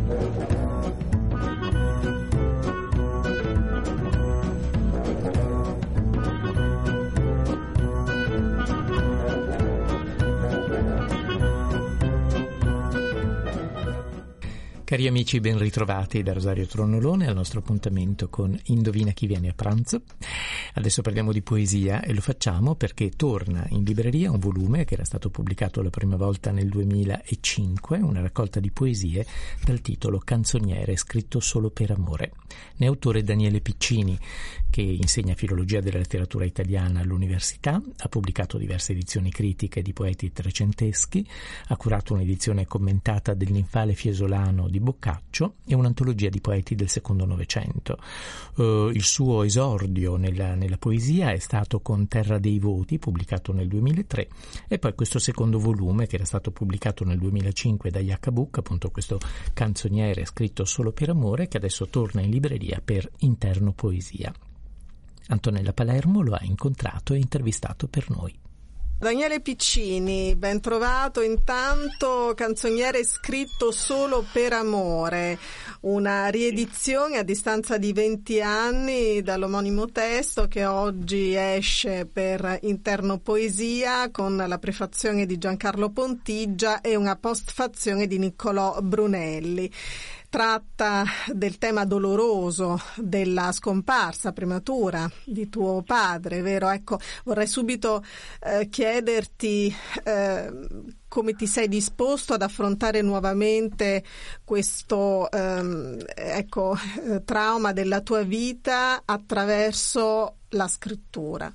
Cari amici, ben ritrovati da Rosario Tronnolone al nostro appuntamento con Indovina chi viene a pranzo. Adesso parliamo di poesia e lo facciamo perché torna in libreria un volume che era stato pubblicato la prima volta nel 2005, una raccolta di poesie dal titolo Canzoniere scritto solo per amore. Ne è autore Daniele Piccini, che insegna filologia della letteratura italiana all'università, ha pubblicato diverse edizioni critiche di poeti trecenteschi, ha curato un'edizione commentata del Ninfale Fiesolano di Boccaccio e un'antologia di poeti del secondo Novecento. Il suo esordio nella poesia è stato con Terra dei Voti, pubblicato nel 2003, e poi questo secondo volume che era stato pubblicato nel 2005 da Iacabuc, appunto questo Canzoniere scritto solo per amore, che adesso torna in libreria per Interno Poesia. Antonella Palermo lo ha incontrato e intervistato per noi. Daniele Piccini, ben trovato. Intanto Canzoniere scritto solo per amore, una riedizione a distanza di 20 anni dall'omonimo testo che oggi esce per Interno Poesia con la prefazione di Giancarlo Pontigia e una postfazione di Niccolò Brunelli. Tratta del tema doloroso della scomparsa prematura di tuo padre, vero? Ecco, vorrei subito chiederti come ti sei disposto ad affrontare nuovamente questo trauma della tua vita attraverso la scrittura.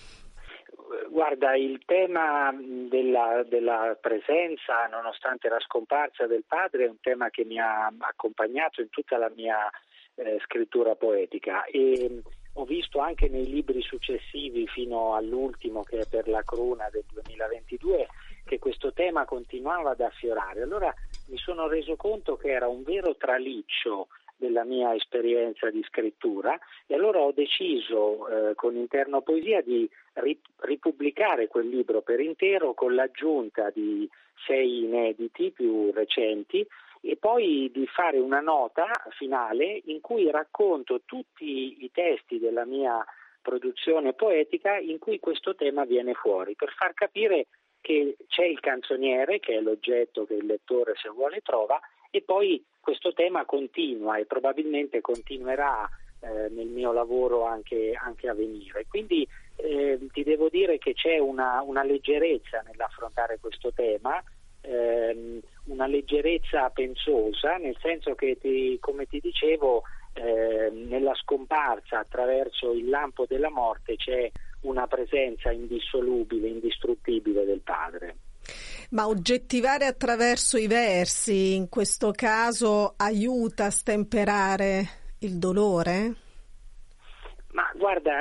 Guarda, il tema della presenza, nonostante la scomparsa del padre, è un tema che mi ha accompagnato in tutta la mia scrittura poetica, e ho visto anche nei libri successivi fino all'ultimo, che è per la Cruna del 2022, che questo tema continuava ad affiorare. Allora mi sono reso conto che era un vero traliccio della mia esperienza di scrittura, e allora ho deciso con Interno Poesia di ripubblicare quel libro per intero con l'aggiunta di 6 inediti più recenti, e poi di fare una nota finale in cui racconto tutti i testi della mia produzione poetica in cui questo tema viene fuori, per far capire che c'è il canzoniere, che è l'oggetto che il lettore, se vuole, trova, e poi questo tema continua e probabilmente continuerà nel mio lavoro anche a venire. Quindi ti devo dire che c'è una leggerezza nell'affrontare questo tema, una leggerezza pensosa, nel senso che come ti dicevo, nella scomparsa attraverso il lampo della morte c'è una presenza indissolubile, indistruttibile del padre. Ma oggettivare attraverso i versi in questo caso aiuta a stemperare il dolore? Ma guarda,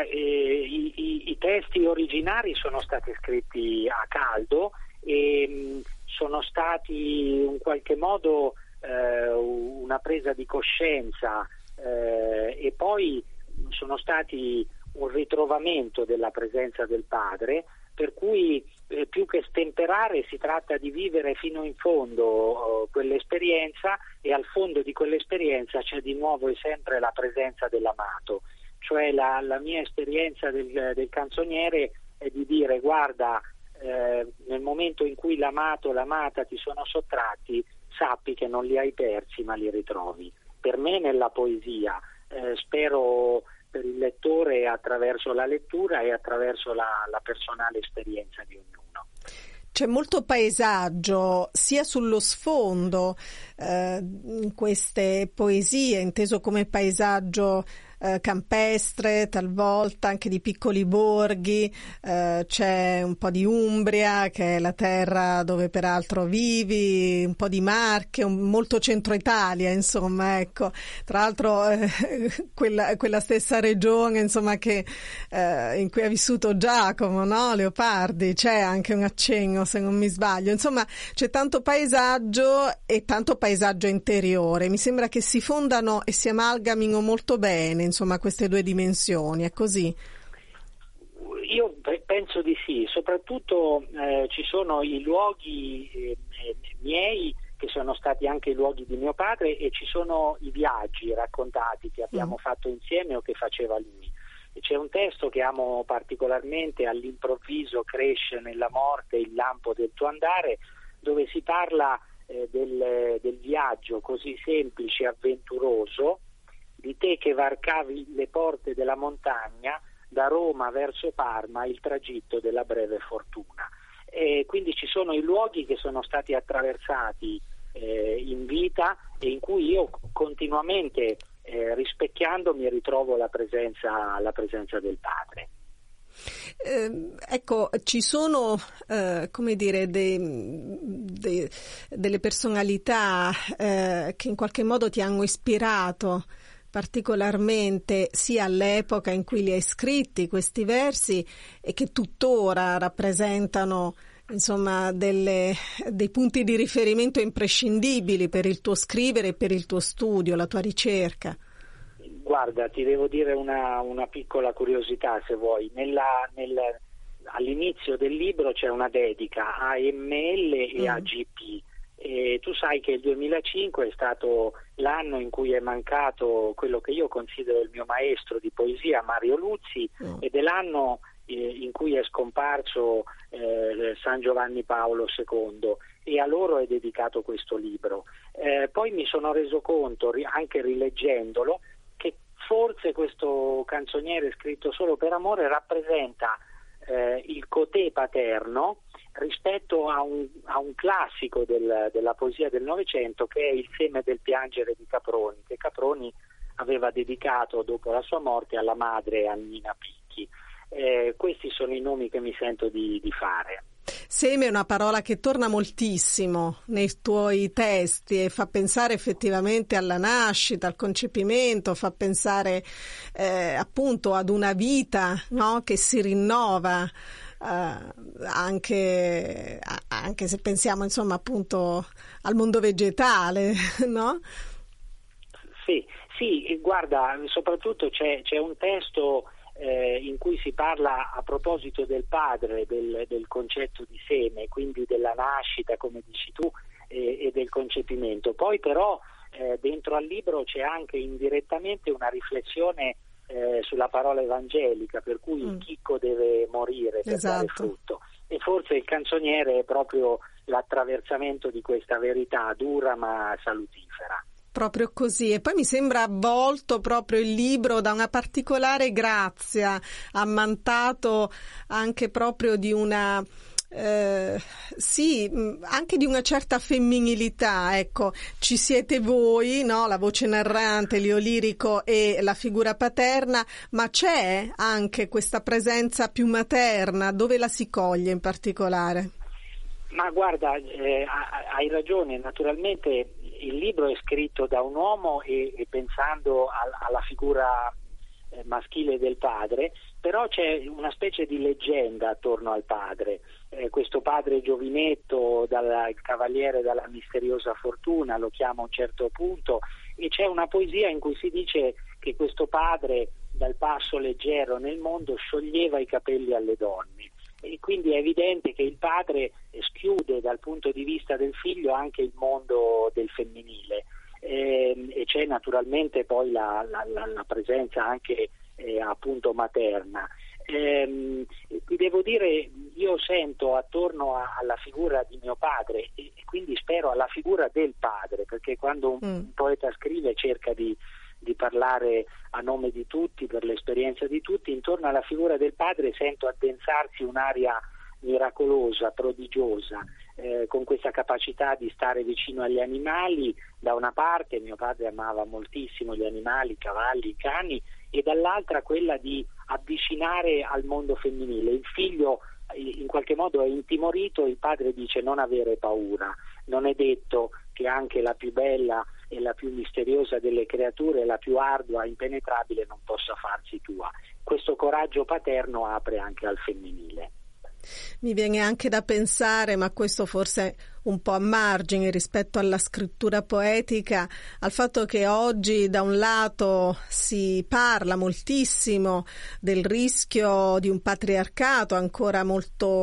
i testi originari sono stati scritti a caldo e sono stati in qualche modo una presa di coscienza e poi sono stati un ritrovamento della presenza del padre, per cui più che stemperare si tratta di vivere fino in fondo quell'esperienza, e al fondo di quell'esperienza c'è di nuovo e sempre la presenza dell'amato. Cioè la mia esperienza del canzoniere è di dire: guarda, nel momento in cui l'amato, l'amata ti sono sottratti, sappi che non li hai persi ma li ritrovi. Per me nella poesia, spero per il lettore attraverso la lettura e attraverso la personale esperienza di ognuno. C'è molto paesaggio sia sullo sfondo in queste poesie, inteso come paesaggio campestre, talvolta anche di piccoli borghi, c'è un po' di Umbria, che è la terra dove peraltro vivi, un po' di Marche, molto centro Italia, insomma, ecco. Tra l'altro quella stessa regione, insomma, che in cui ha vissuto Giacomo, no? Leopardi, c'è anche un accenno, se non mi sbaglio. Insomma, c'è tanto paesaggio e tanto paesaggio interiore. Mi sembra che si fondano e si amalgamino molto bene, insomma, queste due dimensioni. È così? Io penso di sì, soprattutto ci sono i luoghi miei che sono stati anche i luoghi di mio padre, e ci sono i viaggi raccontati che abbiamo fatto insieme o che faceva lui. E c'è un testo che amo particolarmente: all'improvviso cresce nella morte il lampo del tuo andare, dove si parla del viaggio così semplice e avventuroso di te che varcavi le porte della montagna, da Roma verso Parma, il tragitto della breve fortuna. E quindi ci sono i luoghi che sono stati attraversati in vita, e in cui io continuamente, rispecchiandomi, ritrovo la presenza del padre. Ecco, ci sono come dire delle personalità che in qualche modo ti hanno ispirato particolarmente, sia all'epoca in cui li hai scritti questi versi, e che tuttora rappresentano, insomma, dei punti di riferimento imprescindibili per il tuo scrivere e per il tuo studio, la tua ricerca. Guarda, ti devo dire una piccola curiosità, se vuoi. All'inizio del libro c'è una dedica a AML e a GP. E tu sai che il 2005 è stato l'anno in cui è mancato quello che io considero il mio maestro di poesia, Mario Luzzi, ed è l'anno in cui è scomparso San Giovanni Paolo II, e a loro è dedicato questo libro. Poi mi sono reso conto, anche rileggendolo, che forse questo canzoniere scritto solo per amore rappresenta il cotè paterno rispetto a un classico della poesia del Novecento, che è Il seme del piangere di Caproni, che Caproni aveva dedicato dopo la sua morte alla madre Annina Picchi. Questi sono i nomi che mi sento di fare. Seme è una parola che torna moltissimo nei tuoi testi e fa pensare effettivamente alla nascita, al concepimento, fa pensare appunto ad una vita, no? Che si rinnova, anche se pensiamo, insomma, appunto al mondo vegetale, no? Sì, guarda, soprattutto c'è un testo in cui si parla, a proposito del padre, del concetto di seme, quindi della nascita, come dici tu, e del concepimento. Poi però dentro al libro c'è anche indirettamente una riflessione sulla parola evangelica, per cui il chicco deve morire per dare frutto, e forse il canzoniere è proprio l'attraversamento di questa verità dura ma salutifera. Proprio così. E poi mi sembra avvolto proprio il libro da una particolare grazia, ammantato anche proprio di una anche di una certa femminilità. Ecco, ci siete voi, no? La voce narrante, l'io lirico e la figura paterna, ma c'è anche questa presenza più materna. Dove la si coglie in particolare? Ma guarda, hai ragione, naturalmente il libro è scritto da un uomo e pensando alla figura maschile del padre, però c'è una specie di leggenda attorno al padre. Questo padre giovinetto, il cavaliere dalla misteriosa fortuna, lo chiama a un certo punto, e c'è una poesia in cui si dice che questo padre, dal passo leggero nel mondo, scioglieva i capelli alle donne. E quindi è evidente che il padre schiude dal punto di vista del figlio anche il mondo del femminile, e c'è naturalmente poi la presenza anche appunto materna. Ti devo dire, io sento attorno alla figura di mio padre, e quindi spero alla figura del padre, perché quando un poeta scrive cerca di parlare a nome di tutti, per l'esperienza di tutti. Intorno alla figura del padre sento addensarsi un'aria miracolosa, prodigiosa, con questa capacità di stare vicino agli animali. Da una parte mio padre amava moltissimo gli animali, i cavalli, i cani, e dall'altra quella di avvicinare al mondo femminile. Il figlio in qualche modo è intimorito, il padre dice: non avere paura, non è detto che anche la più bella e la più misteriosa delle creature, la più ardua, impenetrabile, non possa farsi tua. Questo coraggio paterno apre anche al femminile. Mi viene anche da pensare, ma questo forse un po' a margine rispetto alla scrittura poetica, al fatto che oggi da un lato si parla moltissimo del rischio di un patriarcato ancora molto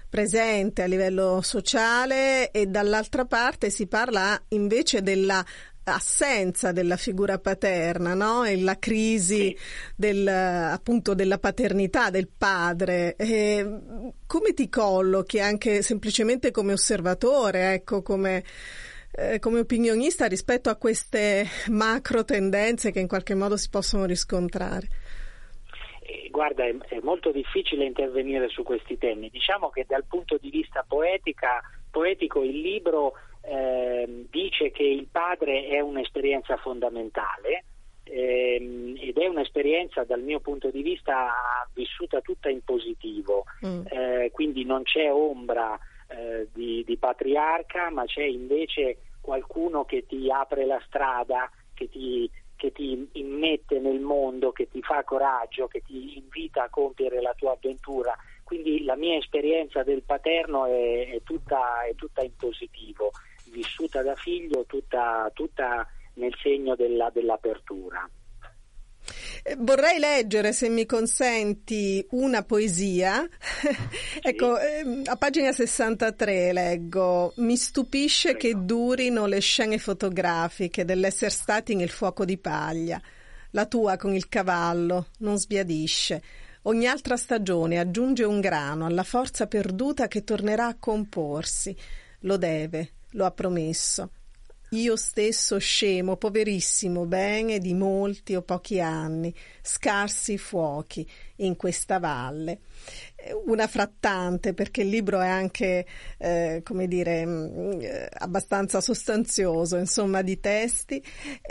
presente a livello sociale, e dall'altra parte si parla invece della assenza della figura paterna, no? E la crisi appunto della paternità del padre. Come ti collochi anche semplicemente come osservatore, ecco, come opinionista rispetto a queste macro tendenze che in qualche modo si possono riscontrare? Guarda, è molto difficile intervenire su questi temi. Diciamo che dal punto di vista poetico il libro dice che il padre è un'esperienza fondamentale ed è un'esperienza dal mio punto di vista vissuta tutta in positivo, quindi non c'è ombra di patriarca, ma c'è invece qualcuno che ti apre la strada, che ti immette nel mondo, che ti fa coraggio, che ti invita a compiere la tua avventura. Quindi la mia esperienza del paterno è tutta in positivo, vissuta da figlio, tutta nel segno dell'apertura. Vorrei leggere, se mi consenti, una poesia. Ecco, a pagina 63 leggo: mi stupisce che durino le scene fotografiche dell'essere stati nel fuoco di paglia. La tua con il cavallo non sbiadisce. Ogni altra stagione aggiunge un grano alla forza perduta che tornerà a comporsi. Lo deve, lo ha promesso. Io stesso scemo, poverissimo, bene di molti o pochi anni, scarsi fuochi in questa valle. Una frattante, perché il libro è anche, abbastanza sostanzioso, insomma, di testi.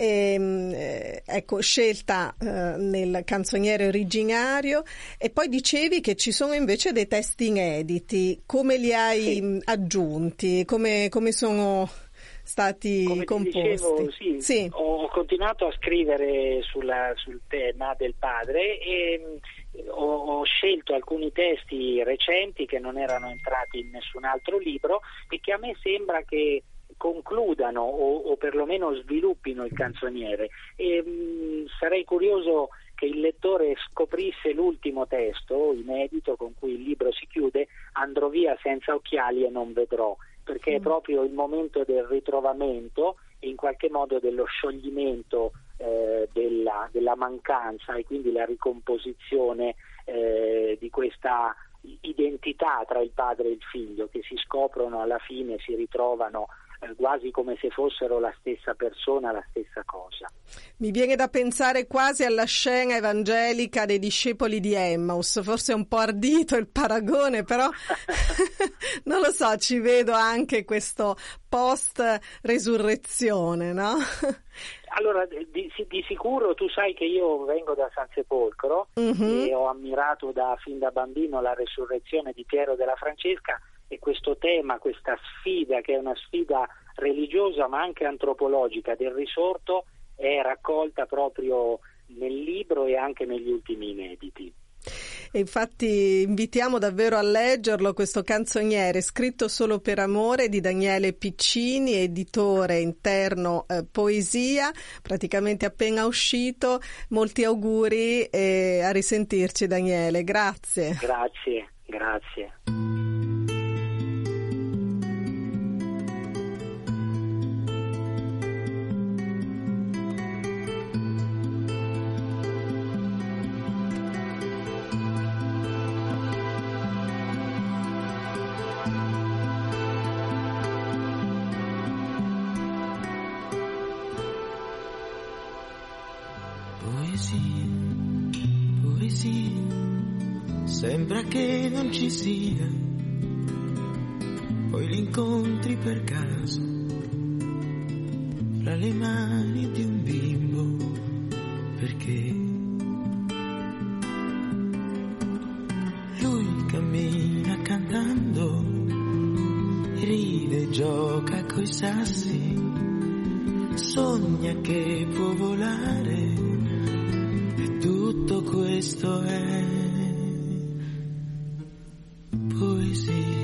Ecco, scelta nel canzoniere originario. E poi dicevi che ci sono invece dei testi inediti. Come li hai aggiunti? Come sono stati composti? Dicevo, sì. Ho continuato a scrivere sul tema del padre e ho scelto alcuni testi recenti che non erano entrati in nessun altro libro e che a me sembra che concludano o perlomeno sviluppino il canzoniere, e sarei curioso che il lettore scoprisse l'ultimo testo inedito con cui il libro si chiude: andrò via senza occhiali e non vedrò, perché è proprio il momento del ritrovamento e in qualche modo dello scioglimento della mancanza, e quindi la ricomposizione di questa identità tra il padre e il figlio, che si scoprono alla fine, si ritrovano quasi come se fossero la stessa persona, la stessa cosa. Mi viene da pensare quasi alla scena evangelica dei discepoli di Emmaus, forse è un po' ardito il paragone, però non lo so, ci vedo anche questo post-resurrezione, no? Allora, di sicuro tu sai che io vengo da San Sepolcro e ho ammirato fin da bambino la resurrezione di Piero della Francesca, e questo tema, questa sfida, che è una sfida religiosa ma anche antropologica del risorto, è raccolta proprio nel libro e anche negli ultimi inediti. E infatti invitiamo davvero a leggerlo, questo canzoniere scritto solo per amore di Daniele Piccini, editore interno Poesia, praticamente appena uscito. Molti auguri e a risentirci, Daniele, grazie. Grazie. Poesia, sembra che non ci sia, poi li incontri per caso fra le mani di un bimbo, perché lui cammina cantando, ride e gioca coi sassi, sogna che può volare. Tutto questo è poesia.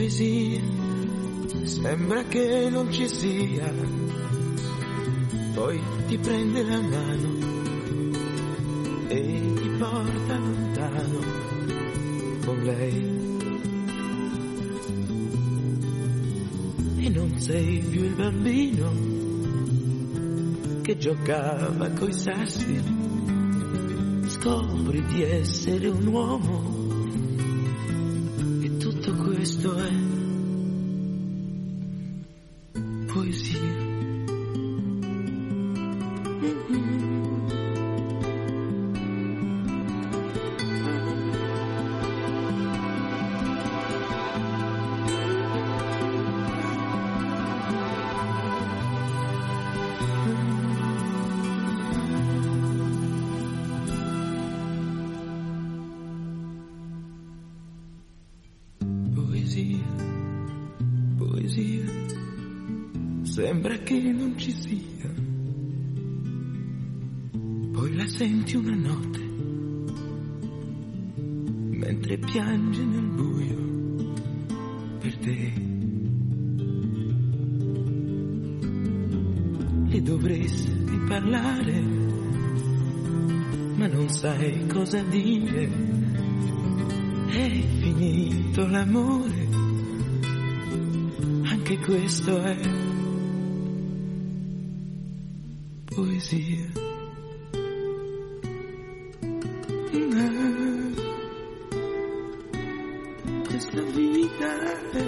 Poesia, sembra che non ci sia, poi ti prende la mano e ti porta lontano con lei. E non sei più il bambino che giocava coi sassi, scopri di essere un uomo e tutto questo è poesia. Poesia, sembra che non ci sia, poi la senti una notte mentre piange nel buio per te. E dovresti parlare, ma non sai cosa dire. È finito l'amore, anche questo è poesia. Questa vita è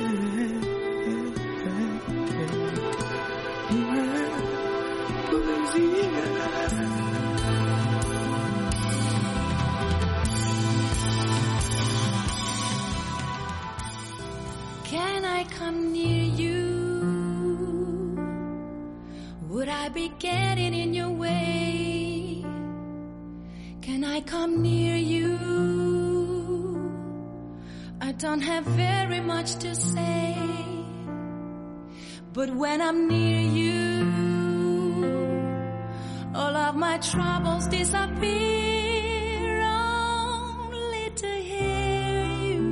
poesia. Can I come near you? Would I be getting in your way? Can I come near you? I don't have very much to say, but when I'm near you, all of my troubles disappear, only to hear you.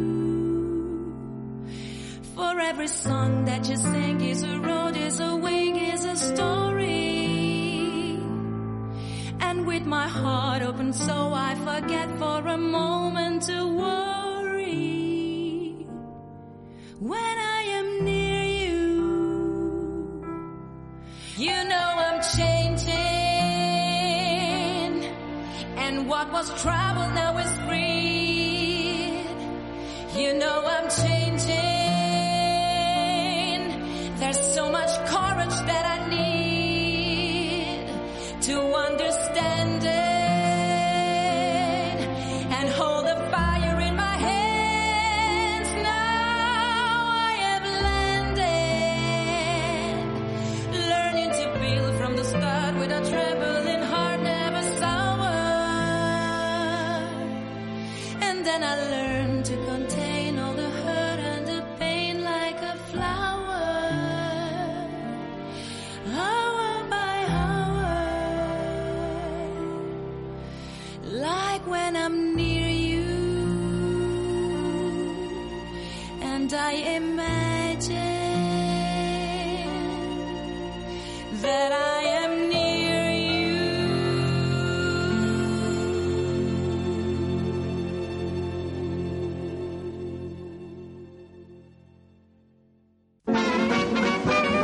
For every song that you sing is a road, is a wing, is a story. And with my heart open so I forget for a moment to worry. When I am near you, you know I'm changing, and what was trouble now is free. You know I'm changing. There's so much courage that I need to understand it and hold the fire in my hands. Now I have landed, learning to build from the start with a trembling heart, never sour. And then I learned to contain all the hurt and the pain like a flower. Hour by hour, like when I'm near you, and I imagine that